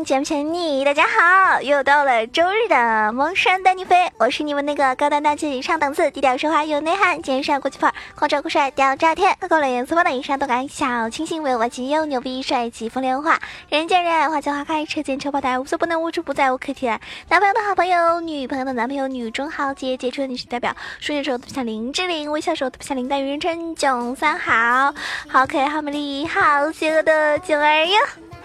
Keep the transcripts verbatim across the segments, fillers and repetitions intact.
听节目前你，大家好，又到了周日的萌山带你飞，我是你们那个高端大气上档次、低调奢华有内涵、肩上国际范儿、狂拽酷帅屌炸天、高冷颜色方的一山动感小清新、为我气又牛逼帅气风莲花，人见人爱花见花开，车见车爆胎，无所不能无处不在无可替代。男朋友的好朋友，女朋友的男朋友，女中豪杰，杰出的女性代表，说的时候特别像林志玲，微笑时候特别像林黛玉，人称囧三好，好可爱好美丽好邪恶的囧儿哟。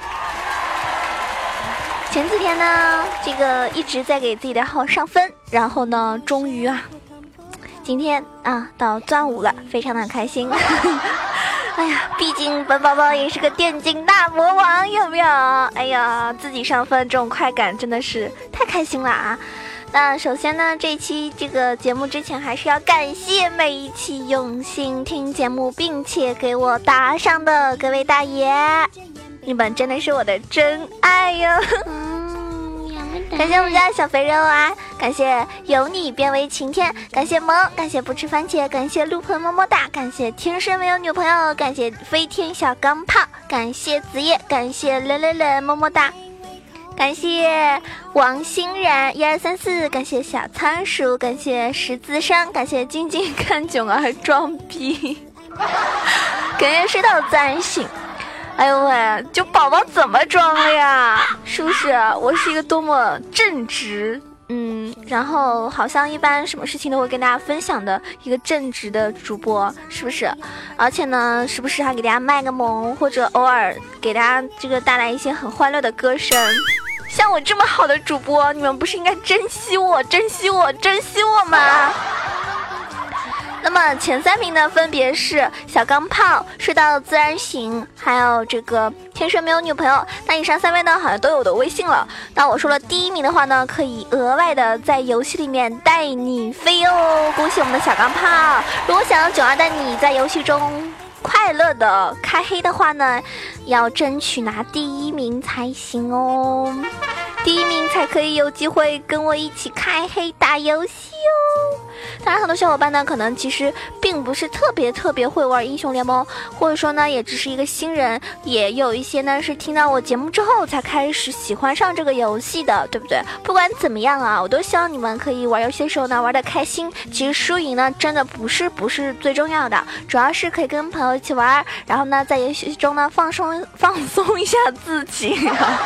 前几天呢，这个一直在给自己的号上分，然后呢，终于啊，今天啊到钻五了，非常的开心。哎呀，毕竟本宝宝也是个电竞大魔王，有没有？哎呀，自己上分这种快感真的是太开心了啊！那首先呢，这一期这个节目之前还是要感谢每一期用心听节目并且给我打赏的各位大爷，你们真的是我的真爱哟！感谢我们家小肥肉啊，感谢有你变为晴天，感谢萌，感谢不吃番茄，感谢陆鹏么么哒，感谢天生没有女朋友，感谢飞天小钢炮，感谢子夜，感谢冷冷冷么么哒，感谢王欣然一二三四，感谢小仓鼠，感谢十字山，感谢静静看囧儿装逼，感谢睡到自然醒。哎呦喂，就宝宝怎么装了呀？是不是？我是一个多么正直，嗯，然后好像一般什么事情都会跟大家分享的一个正直的主播，是不是？而且呢，时不时还给大家卖个萌，或者偶尔给大家这个带来一些很欢乐的歌声。像我这么好的主播，你们不是应该珍惜我、珍惜我、珍惜我吗？那么前三名呢，分别是小钢炮、睡到自然醒，还有这个天生没有女朋友。那以上三位呢，好像都有我的微信了。那我说了第一名的话呢，可以额外的在游戏里面带你飞哦，恭喜我们的小钢炮！如果想要囧儿带你在游戏中快乐的开黑的话呢，要争取拿第一名才行哦，第一名才可以有机会跟我一起开黑打游戏哦。当然很多小伙伴呢，可能其实并不是特别特别会玩英雄联盟，或者说呢也只是一个新人，也有一些呢是听到我节目之后才开始喜欢上这个游戏的，对不对？不管怎么样啊，我都希望你们可以玩游戏的时候呢玩得开心，其实输赢呢真的不是不是最重要的，主要是可以跟朋友一起玩，然后呢在游戏中呢放松放松一下自己啊。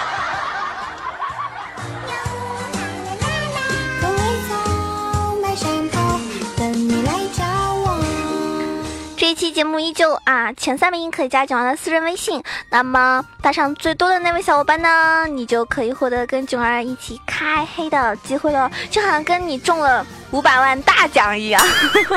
这一期节目依旧啊，前三名可以加囧儿的私人微信，那么打赏最多的那位小伙伴呢，你就可以获得跟囧儿一起开黑的机会了，就好像跟你中了五百万大奖一样。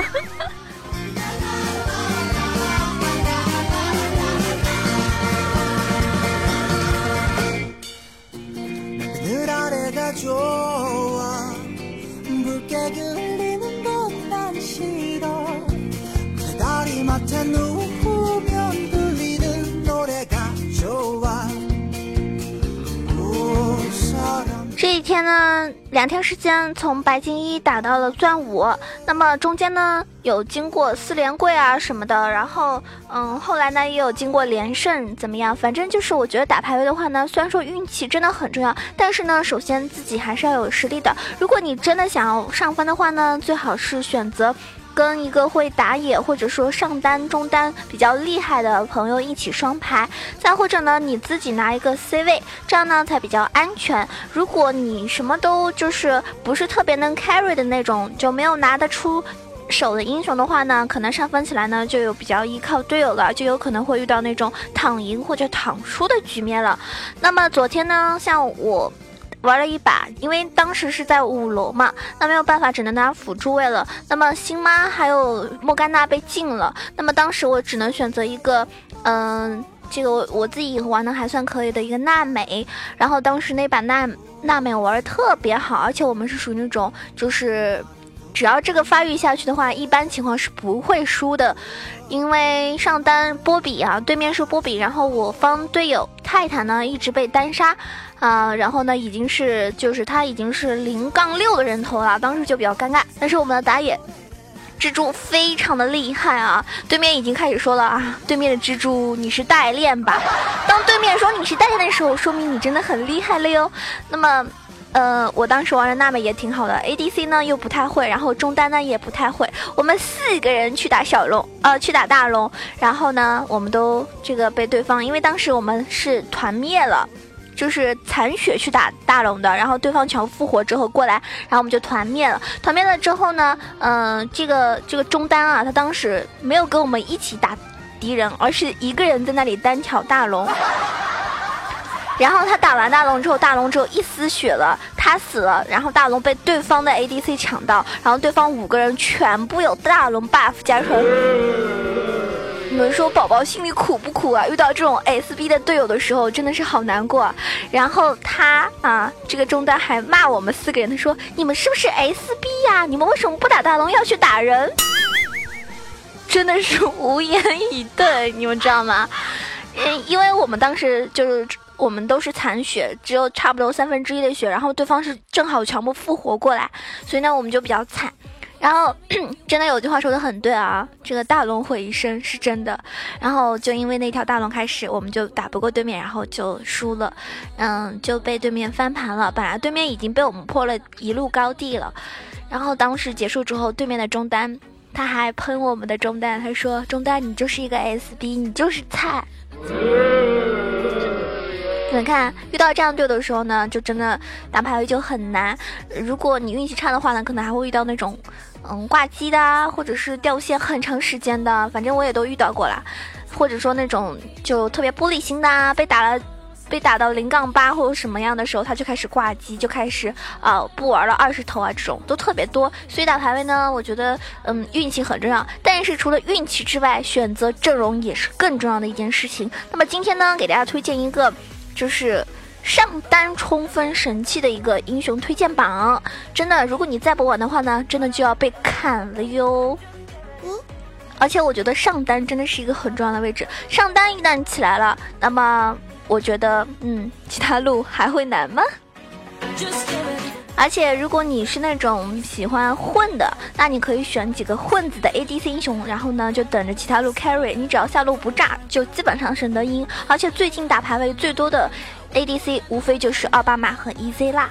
这一天呢，两天时间从白金一打到了钻五，那么中间呢有经过四连跪啊什么的，然后嗯后来呢也有经过连胜，怎么样？反正就是我觉得打排位的话呢，虽然说运气真的很重要，但是呢首先自己还是要有实力的。如果你真的想要上分的话呢，最好是选择跟一个会打野或者说上单中单比较厉害的朋友一起双排，再或者呢你自己拿一个 C 位，这样呢才比较安全。如果你什么都就是不是特别能 carry 的那种，就没有拿得出手的英雄的话呢，可能上分起来呢就有比较依靠队友了，就有可能会遇到那种躺赢或者躺输的局面了。那么昨天呢，像我玩了一把，因为当时是在五楼嘛，那没有办法，只能拿辅助位了。那么辛妈还有莫甘娜被禁了，那么当时我只能选择一个，嗯、呃，这个我我自己玩的还算可以的一个娜美。然后当时那把娜娜美我玩的特别好，而且我们是属于那种就是只要这个发育下去的话，一般情况是不会输的。因为上单波比啊，对面是波比，然后我方队友泰坦呢一直被单杀啊、呃，然后呢已经是就是他已经是零杠六的人头了，当时就比较尴尬。但是我们的打野蜘蛛非常的厉害啊，对面已经开始说了啊，对面的蜘蛛你是代练吧？当对面说你是代练的时候，说明你真的很厉害了哟。那么呃，我当时玩的娜美也挺好的 ，A D C 呢又不太会，然后中单呢也不太会。我们四个人去打小龙，呃，去打大龙，然后呢，我们都这个被对方，因为当时我们是团灭了，就是残血去打大龙的，然后对方全复活之后过来，然后我们就团灭了。团灭了之后呢，嗯、呃，这个这个中单啊，他当时没有跟我们一起打敌人，而是一个人在那里单挑大龙。然后他打完大龙之后，大龙只有一丝血了，他死了，然后大龙被对方的 A D C 抢到，然后对方五个人全部有大龙 buff 加成。你们说宝宝心里苦不苦啊？遇到这种 S B 的队友的时候，真的是好难过啊。然后他啊，这个中单还骂我们四个人，他说：“你们是不是 S B 呀？你们为什么不打大龙，要去打人？”真的是无言以对，你们知道吗？嗯，因为我们当时就是我们都是残血，只有差不多三分之一的血，然后对方是正好全部复活过来，所以呢我们就比较惨。然后真的有句话说的很对啊，这个大龙毁一生是真的。然后就因为那条大龙开始，我们就打不过对面，然后就输了，嗯，就被对面翻盘了。本来对面已经被我们破了一路高地了，然后当时结束之后，对面的中单他还喷我们的中单，他说：“中单你就是一个 S B， 你就是菜。”你看遇到这样队友的时候呢，就真的打排位就很难。如果你运气差的话呢，可能还会遇到那种嗯挂机的啊，或者是掉线很长时间的，反正我也都遇到过啦。或者说那种就特别玻璃心的啊，被打了被打到零杠八或者什么样的时候，他就开始挂机，就开始啊、呃、不玩了二十头啊，这种都特别多。所以打排位呢，我觉得嗯运气很重要，但是除了运气之外，选择阵容也是更重要的一件事情。那么今天呢，给大家推荐一个就是上单冲锋神器的一个英雄推荐榜，真的，如果你再不玩的话呢，真的就要被砍了哟。嗯，而且我觉得上单真的是一个很重要的位置，上单一旦起来了，那么我觉得嗯，其他路还会难吗？而且如果你是那种喜欢混的，那你可以选几个混子的 A D C 英雄，然后呢就等着其他路 carry， 你只要下路不炸，就基本上是能赢。而且最近打排位最多的 A D C 无非就是奥巴马和 E Z 啦。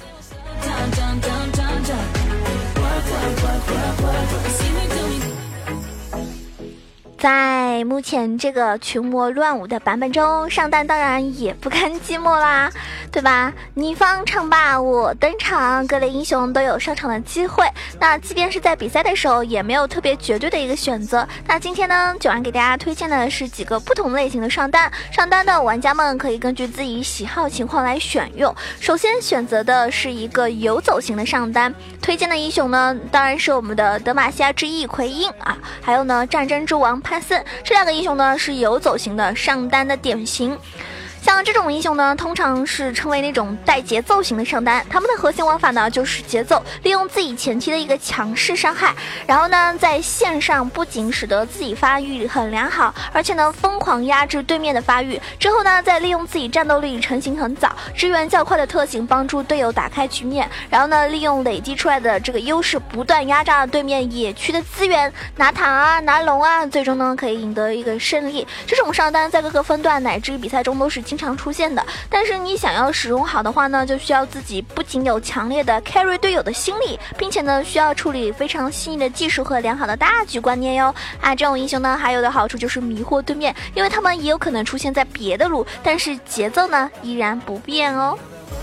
在目前这个群魔乱舞的版本中，上单当然也不甘寂寞啦，对吧？你方唱罢我登场，各类英雄都有上场的机会。那即便是在比赛的时候，也没有特别绝对的一个选择。那今天呢，九安给大家推荐的是几个不同类型的上单，上单的玩家们可以根据自己喜好情况来选用。首先选择的是一个游走型的上单，推荐的英雄呢，当然是我们的德玛西亚之翼奎因啊，还有呢战争之王潘森，这两个英雄呢是游走型的上单的典型。像这种英雄呢，通常是称为那种带节奏型的上单，他们的核心玩法呢就是节奏，利用自己前期的一个强势伤害，然后呢在线上不仅使得自己发育很良好，而且呢疯狂压制对面的发育，之后呢再利用自己战斗力成型很早，支援较快的特性帮助队友打开局面，然后呢利用累积出来的这个优势不断压榨对面野区的资源，拿塔啊拿龙啊，最终呢可以赢得一个胜利。这种上单在各个分段乃至于比赛中都是经常出现的，但是你想要使用好的话呢，就需要自己不仅有强烈的 carry 队友的心理，并且呢需要处理非常细腻的技术和良好的大局观念哟。啊，这种英雄呢还有的好处就是迷惑对面，因为他们也有可能出现在别的路，但是节奏呢依然不变哦。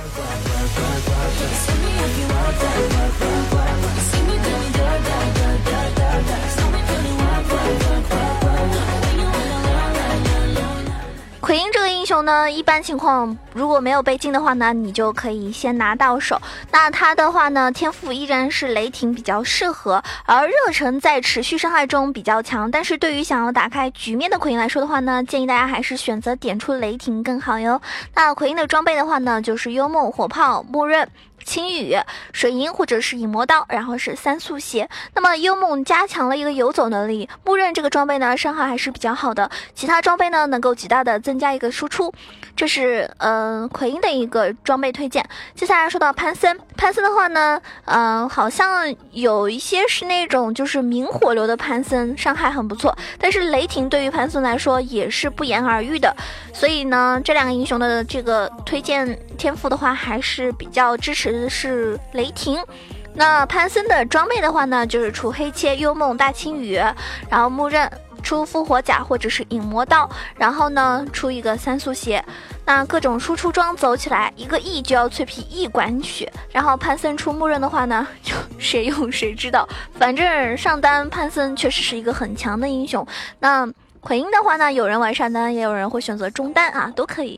奎因这个英雄呢，一般情况如果没有被禁的话呢，你就可以先拿到手。那他的话呢，天赋依然是雷霆比较适合，而热忱在持续伤害中比较强。但是对于想要打开局面的奎因来说的话呢，建议大家还是选择点出雷霆更好哟。那奎因的装备的话呢，就是幽梦、火炮、木刃。 青羽、水银或者是影魔刀，然后是三速鞋。那么幽梦加强了一个游走能力，木刃这个装备呢伤害还是比较好的，其他装备呢能够极大的增加一个输出，这是嗯、呃、奎因的一个装备推荐。接下来说到潘森，潘森的话呢，嗯、呃、好像有一些是那种就是明火流的潘森，伤害很不错，但是雷霆对于潘森来说也是不言而喻的，所以呢这两个英雄的这个推荐天赋的话还是比较支持的是雷霆。那潘森的装备的话呢，就是出黑切、幽梦、大青羽，然后木刃出复活甲或者是影魔刀，然后呢出一个三速鞋。那各种输出装走起来一个 E 就要脆皮一管血，然后潘森出木刃的话呢，就谁用谁知道，反正上单潘森确实是一个很强的英雄。那奎因的话呢，有人玩上单，也有人会选择中单啊，都可以。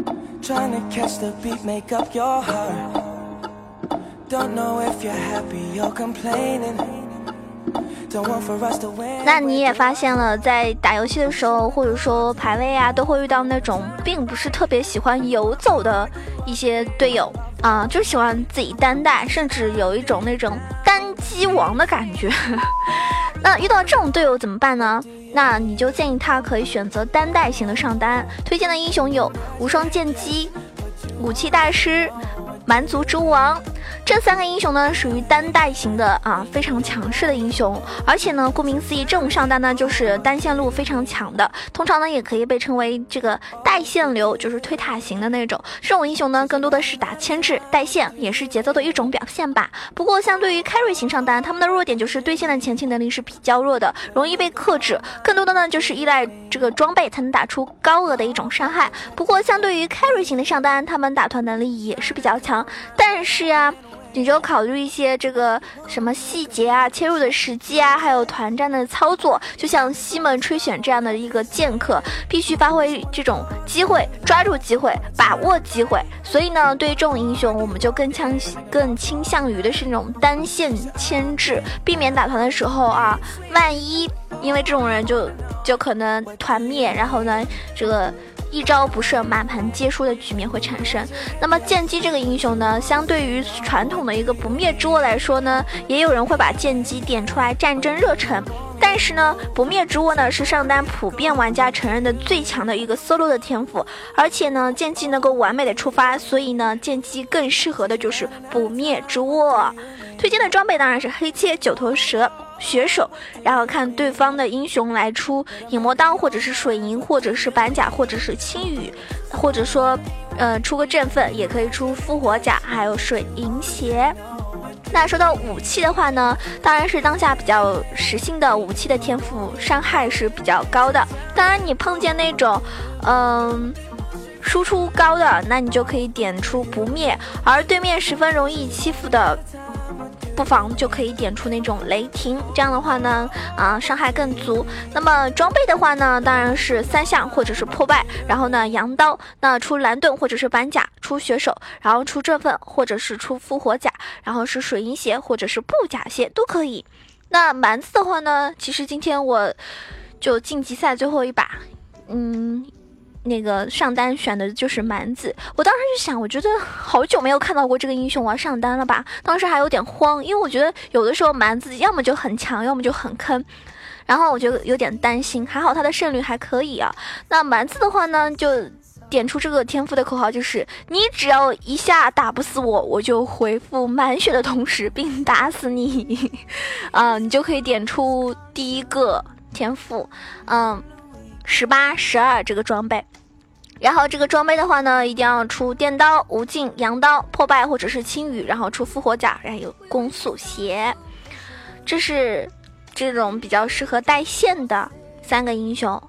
那你也发现了，在打游戏的时候，或者说排位啊，都会遇到那种并不是特别喜欢游走的一些队友啊，就喜欢自己单带，甚至有一种那种单机王的感觉。那遇到这种队友怎么办呢？那你就建议他可以选择单带型的上单，推荐的英雄有无双剑姬、武器大师、蛮族之王。这三个英雄呢属于单带型的啊，非常强势的英雄，而且呢顾名思义，这种上单呢就是单线路非常强的，通常呢也可以被称为这个带线流，就是推塔型的那种。这种英雄呢更多的是打牵制带线，也是节奏的一种表现吧。不过相对于 carry 型上单，他们的弱点就是对线的前期能力是比较弱的，容易被克制，更多的呢就是依赖这个装备才能打出高额的一种伤害。不过相对于 carry 型的上单，他们打团能力也是比较强，但是呀你就考虑一些这个什么细节啊、切入的时机啊，还有团战的操作，就像西门吹选这样的一个剑客，必须发挥这种机会，抓住机会，把握机会。所以呢，对于这种英雄，我们就更倾更倾向于的是那种单线牵制，避免打团的时候啊，万一因为这种人就就可能团灭，然后呢，这个。一招不慎满盘皆输的局面会产生。那么剑姬这个英雄呢，相对于传统的一个不灭之握来说呢，也有人会把剑姬点出来战争热忱。但是呢，不灭之握呢是上单普遍玩家承认的最强的一个 solo 的天赋，而且呢剑姬能够完美的触发，所以呢剑姬更适合的就是不灭之握。推荐的装备当然是黑切、九头蛇、血手，然后看对方的英雄来出影魔刀，或者是水银，或者是板甲，或者是青羽，或者说呃出个振奋，也可以出复活甲，还有水银鞋。那说到武器的话呢，当然是当下比较时兴的武器的天赋伤害是比较高的。当然你碰见那种嗯输出高的，那你就可以点出不灭，而对面十分容易欺负的，不妨就可以点出那种雷霆，这样的话呢啊伤害更足。那么装备的话呢，当然是三项或者是破败，然后呢羊刀，那出蓝盾或者是板甲，出血手，然后出振奋或者是出复活甲，然后是水银鞋或者是布甲鞋都可以。那蛮子的话呢，其实今天我就晋级赛最后一把嗯那个上单选的就是蛮子，我当时就想，我觉得好久没有看到过这个英雄玩上单了吧，当时还有点慌，因为我觉得有的时候蛮子要么就很强，要么就很坑，然后我就有点担心，还好他的胜率还可以啊。那蛮子的话呢，就点出这个天赋的口号，就是你只要一下打不死我，我就回复满血的同时并打死你啊、呃，你就可以点出第一个天赋嗯十八、十二这个装备，然后这个装备的话呢，一定要出电刀、无尽、羊刀、破败或者是青羽，然后出复活甲，然后有攻速鞋，这是这种比较适合带线的三个英雄。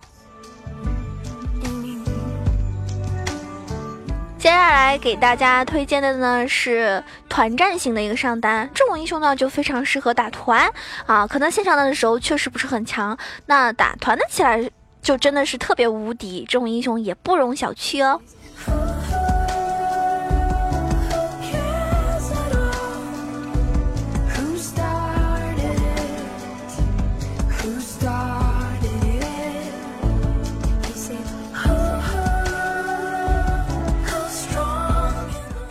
接下来给大家推荐的呢是团战型的一个上单，这种英雄呢就非常适合打团啊，可能线上的时候确实不是很强，那打团的起来就真的是特别无敌，这种英雄也不容小觑哦。非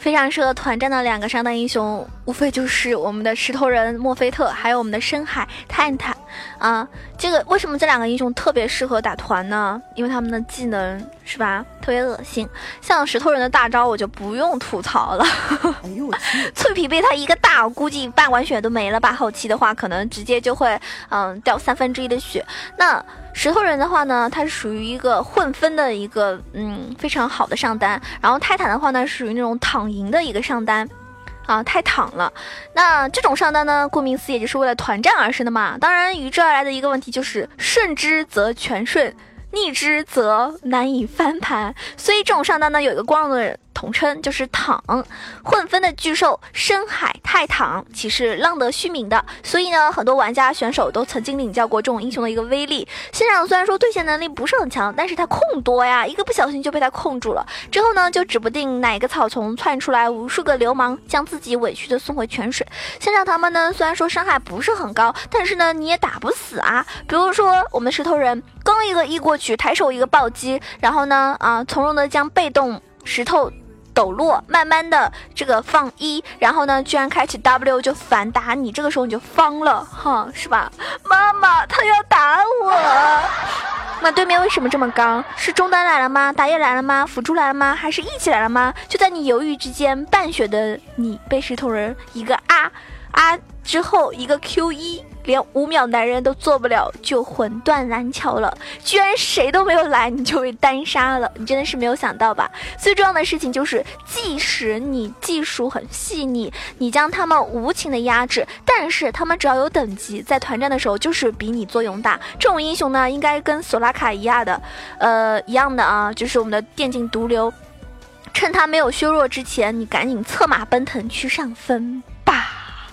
非常适合团战的两个上单英雄，无非就是我们的石头人墨菲特，还有我们的深海泰坦啊。这个为什么这两个英雄特别适合打团呢？因为他们的技能是吧，特别恶心。像石头人的大招我就不用吐槽了，哎呦我去，脆皮被他一个大，我估计半管血都没了吧。后期的话可能直接就会嗯掉三分之一的血。那石头人的话呢，它是属于一个混分的一个嗯非常好的上单，然后泰坦的话呢是属于那种躺赢的一个上单。啊，太躺了。那这种上单呢，顾名思义就是为了团战而生的嘛。当然，与之而来的一个问题就是顺之则全顺，逆之则难以翻盘。所以这种上单呢，有一个光荣的统称，就是躺。混分的巨兽深海泰躺其实浪得虚名的，所以呢，很多玩家选手都曾经领教过这种英雄的一个威力。线上虽然说对线能力不是很强，但是他控多呀，一个不小心就被他控住了，之后呢，就指不定哪个草丛窜出来无数个流氓，将自己委屈的送回泉水。线上他们呢，虽然说伤害不是很高，但是呢，你也打不死啊。比如说我们石头人刚一个一过去，抬手一个暴击，然后呢，啊，从容的将被动石头抖落，慢慢的这个放一，然后呢居然开启 W 就反打你，这个时候你就慌了哈，是吧？妈妈他要打我。那对面为什么这么刚？是中单来了吗？打野来了吗？辅助来了吗？还是一起来了吗？就在你犹豫之间，半血的你被石头人一个啊啊之后一个 Q 一，连五秒男人都做不了，就魂断蓝桥了。居然谁都没有来，你就被单杀了，你真的是没有想到吧？最重要的事情就是，即使你技术很细腻，你将他们无情的压制，但是他们只要有等级，在团战的时候就是比你作用大。这种英雄呢，应该跟索拉卡一样的，呃，一样的啊，就是我们的电竞毒瘤。趁他没有削弱之前，你赶紧策马奔腾去上分吧。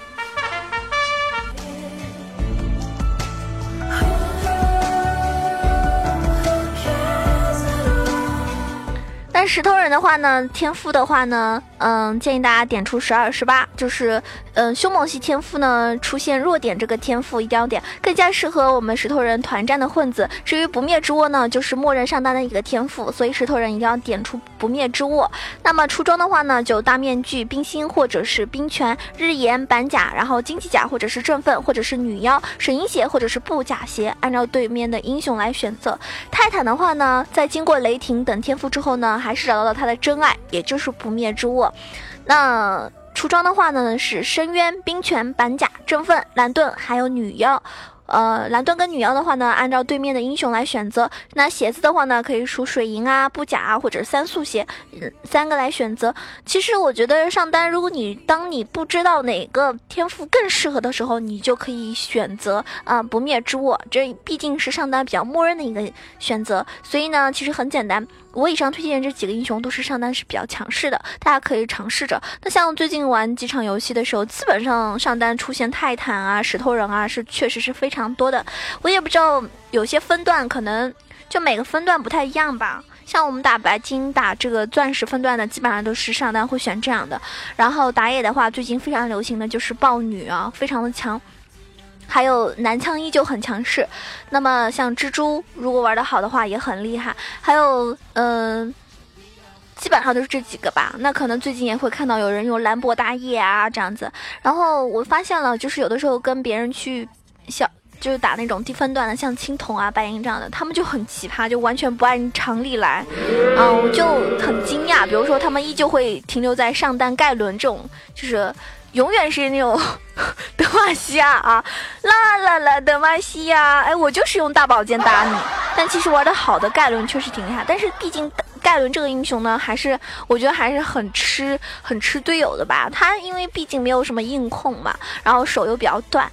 但石头人的话呢，天赋的话呢，嗯，建议大家点出十二、十八，就是嗯，凶猛系天赋呢出现弱点，这个天赋一定要点，更加适合我们石头人团战的混子。至于不灭之握呢，就是默认上单的一个天赋，所以石头人一定要点出不灭之握。那么出装的话呢，就大面具、冰心或者是冰拳、日炎、板甲，然后荆棘甲或者是振奋，或者是女妖、水银鞋或者是布甲鞋，按照对面的英雄来选择。泰坦的话呢，在经过雷霆等天赋之后呢，还是找到了他的真爱，也就是不灭之握。那出装的话呢，是深渊、冰拳、板甲、振奋、蓝盾还有女妖。呃，蓝盾跟女妖的话呢，按照对面的英雄来选择。那鞋子的话呢，可以属水银啊、布甲啊，或者三速鞋，嗯，三个来选择。其实我觉得上单，如果你当你不知道哪个天赋更适合的时候，你就可以选择啊、呃、不灭之握，这毕竟是上单比较默认的一个选择。所以呢，其实很简单。我以上推荐这几个英雄都是上单是比较强势的，大家可以尝试着。那像最近玩几场游戏的时候，基本上上单出现泰坦啊、石头人啊，是确实是非常多的。我也不知道有些分段可能就每个分段不太一样吧。像我们打白金、打这个钻石分段的，基本上都是上单会选这样的。然后打野的话，最近非常流行的就是豹女啊，非常的强。还有男枪依旧很强势，那么像蜘蛛如果玩得好的话也很厉害，还有嗯、呃，基本上都是这几个吧。那可能最近也会看到有人用兰博大叶啊这样子。然后我发现了，就是有的时候跟别人去小就是打那种低分段的，像青铜啊、白银这样的，他们就很奇葩，就完全不按常理来啊、嗯，我就很惊讶。比如说他们依旧会停留在上单盖伦这种，就是永远是那种德玛西亚啊，啦啦啦德玛西亚，哎，我就是用大宝剑打你。但其实玩的好的盖伦确实挺厉害，但是毕竟盖伦这个英雄呢，还是我觉得还是很吃很吃队友的吧。他因为毕竟没有什么硬控嘛，然后手又比较断。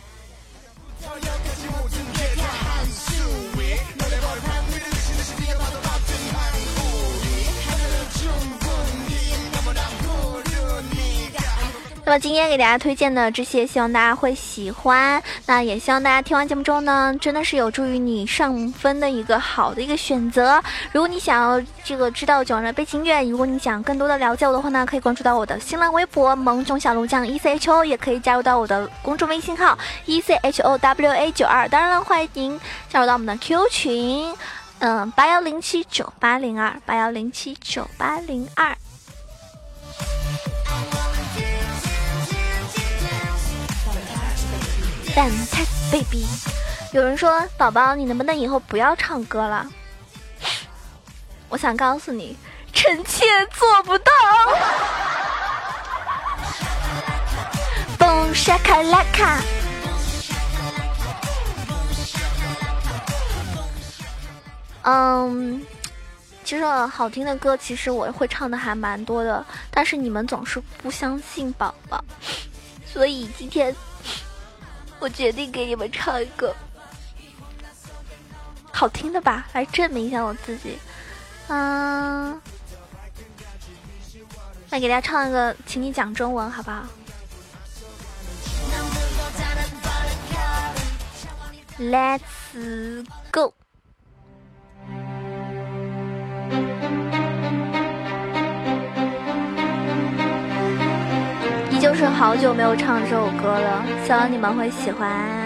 那么今天给大家推荐的这些，希望大家会喜欢。那也希望大家听完节目之后呢，真的是有助于你上分的一个好的一个选择。如果你想要这个知道囧的背景音乐，如果你想更多的了解我的话呢，可以关注到我的新浪微博萌囧小龙酱 E C H O， 也可以加入到我的公众微信号 E C H O W A 九二。当然了，欢迎加入到我们的 Q Q 群，嗯，八幺零七九八零二八幺零七九八零二。 Fantastic baby。有人说宝宝你能不能以后不要唱歌了？我想告诉你，臣妾做不到。蹦沙卡拉卡。嗯，其实好听的歌其实我会唱的还蛮多的，但是你们总是不相信宝宝，所以今天我决定给你们唱一个好听的吧，来证明一下我自己。嗯，来给大家唱一个请你讲中文好不好？ Let's go。依旧是好久没有唱这首歌了，希望你们会喜欢。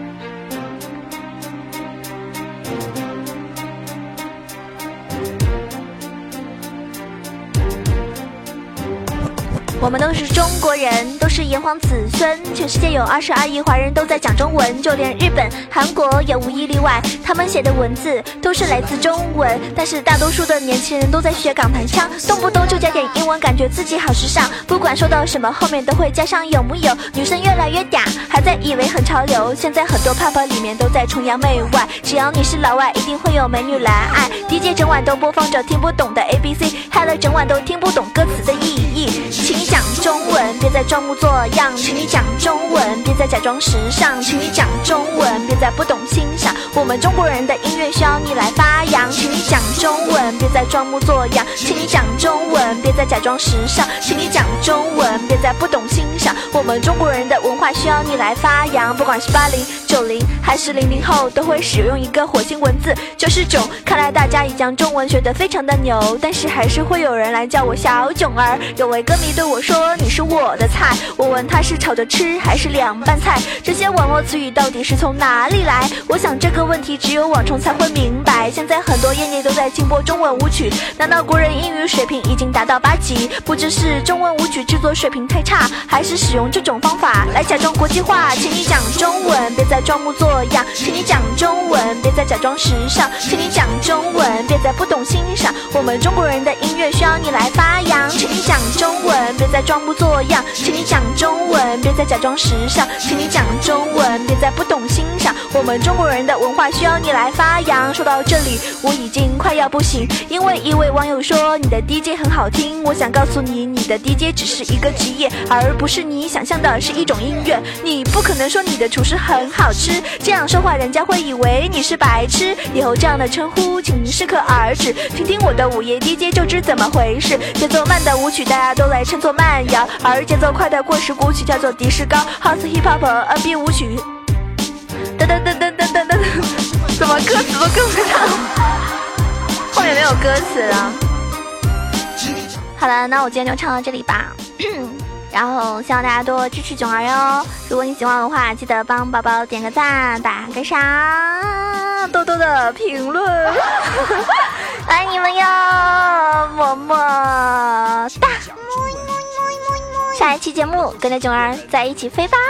我们都是中国人，都是炎黄子孙，全世界有二十二亿华人都在讲中文，就连日本、韩国也无一例外，他们写的文字都是来自中文，但是大多数的年轻人都在学港台腔，动不动就加点英文，感觉自己好时尚，不管说到什么后面都会加上有木有，女生越来越嗲，还在以为很潮流，现在很多 pop 里面都在崇洋媚外，只要你是老外一定会有美女来爱， D J 整晚都播放着听不懂的 A B C， 嗨了整晚都听不懂歌词的意义，请你讲中文，别再装模作样，请你讲中文，别再假装时尚，请你讲中文，别再不懂欣赏，我们中国人的音乐需要你来发扬，请你讲中文，别再装模作样，请你讲中文，别再假装时尚，请你讲中文，别再不懂欣赏，我们中国人的文化需要你来发扬，不管是八零、九零还是零零后，都会使用一个火星文字九十九，看来大家已将中文学得非常的牛，但是还是会有人来叫我小囧儿，有位歌迷对我说你是我的菜，我问他是炒着吃还是凉拌菜，这些网络词语到底是从哪里来，我想这个问题只有网虫才会明白，现在很多业内都在禁播中文舞曲，难道国人英语水平已经达到八级，不知是中文舞曲制作水平太差，还是使用这种方法来假装国际化，请你讲中文，别再装模作样，请你讲中文，别再假装时尚，请你讲中文，别再不懂欣赏，我们中国人的音乐需要你来发扬，请你讲中文，别再装模作样，请你讲中文，别再假装时尚，请你讲中文，别再不懂欣赏，我们中国人的文化需要你来发扬。说到这里我已经快要不行，因为一位网友说你的 D J 很好听，我想告诉你，你的 D J 只是一个职业，而不是你想象的是一种音乐，你不可能说你的厨师很好吃，这样说话人家会以为你是白痴，以后这样的称呼请适可而止，听听我的午夜 D J 就知怎么回事，节奏慢的舞曲大家都来称作慢摇，而节奏快的过时舞曲叫做迪士高 House Hip Hop、N B 舞曲噔噔噔噔噔噔噔，怎么歌词都跟不上，后面没有歌词了。好了，那我今天就唱到这里吧然后希望大家多支持囧儿哟，如果你喜欢的话记得帮宝宝点个赞打个赏，多多的评论爱你们哟，么么哒。下一期节目跟着囧儿在一起飞吧。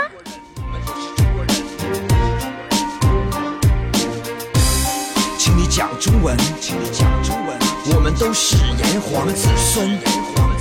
请你讲中文，请你讲中文，我们都是炎黄子孙。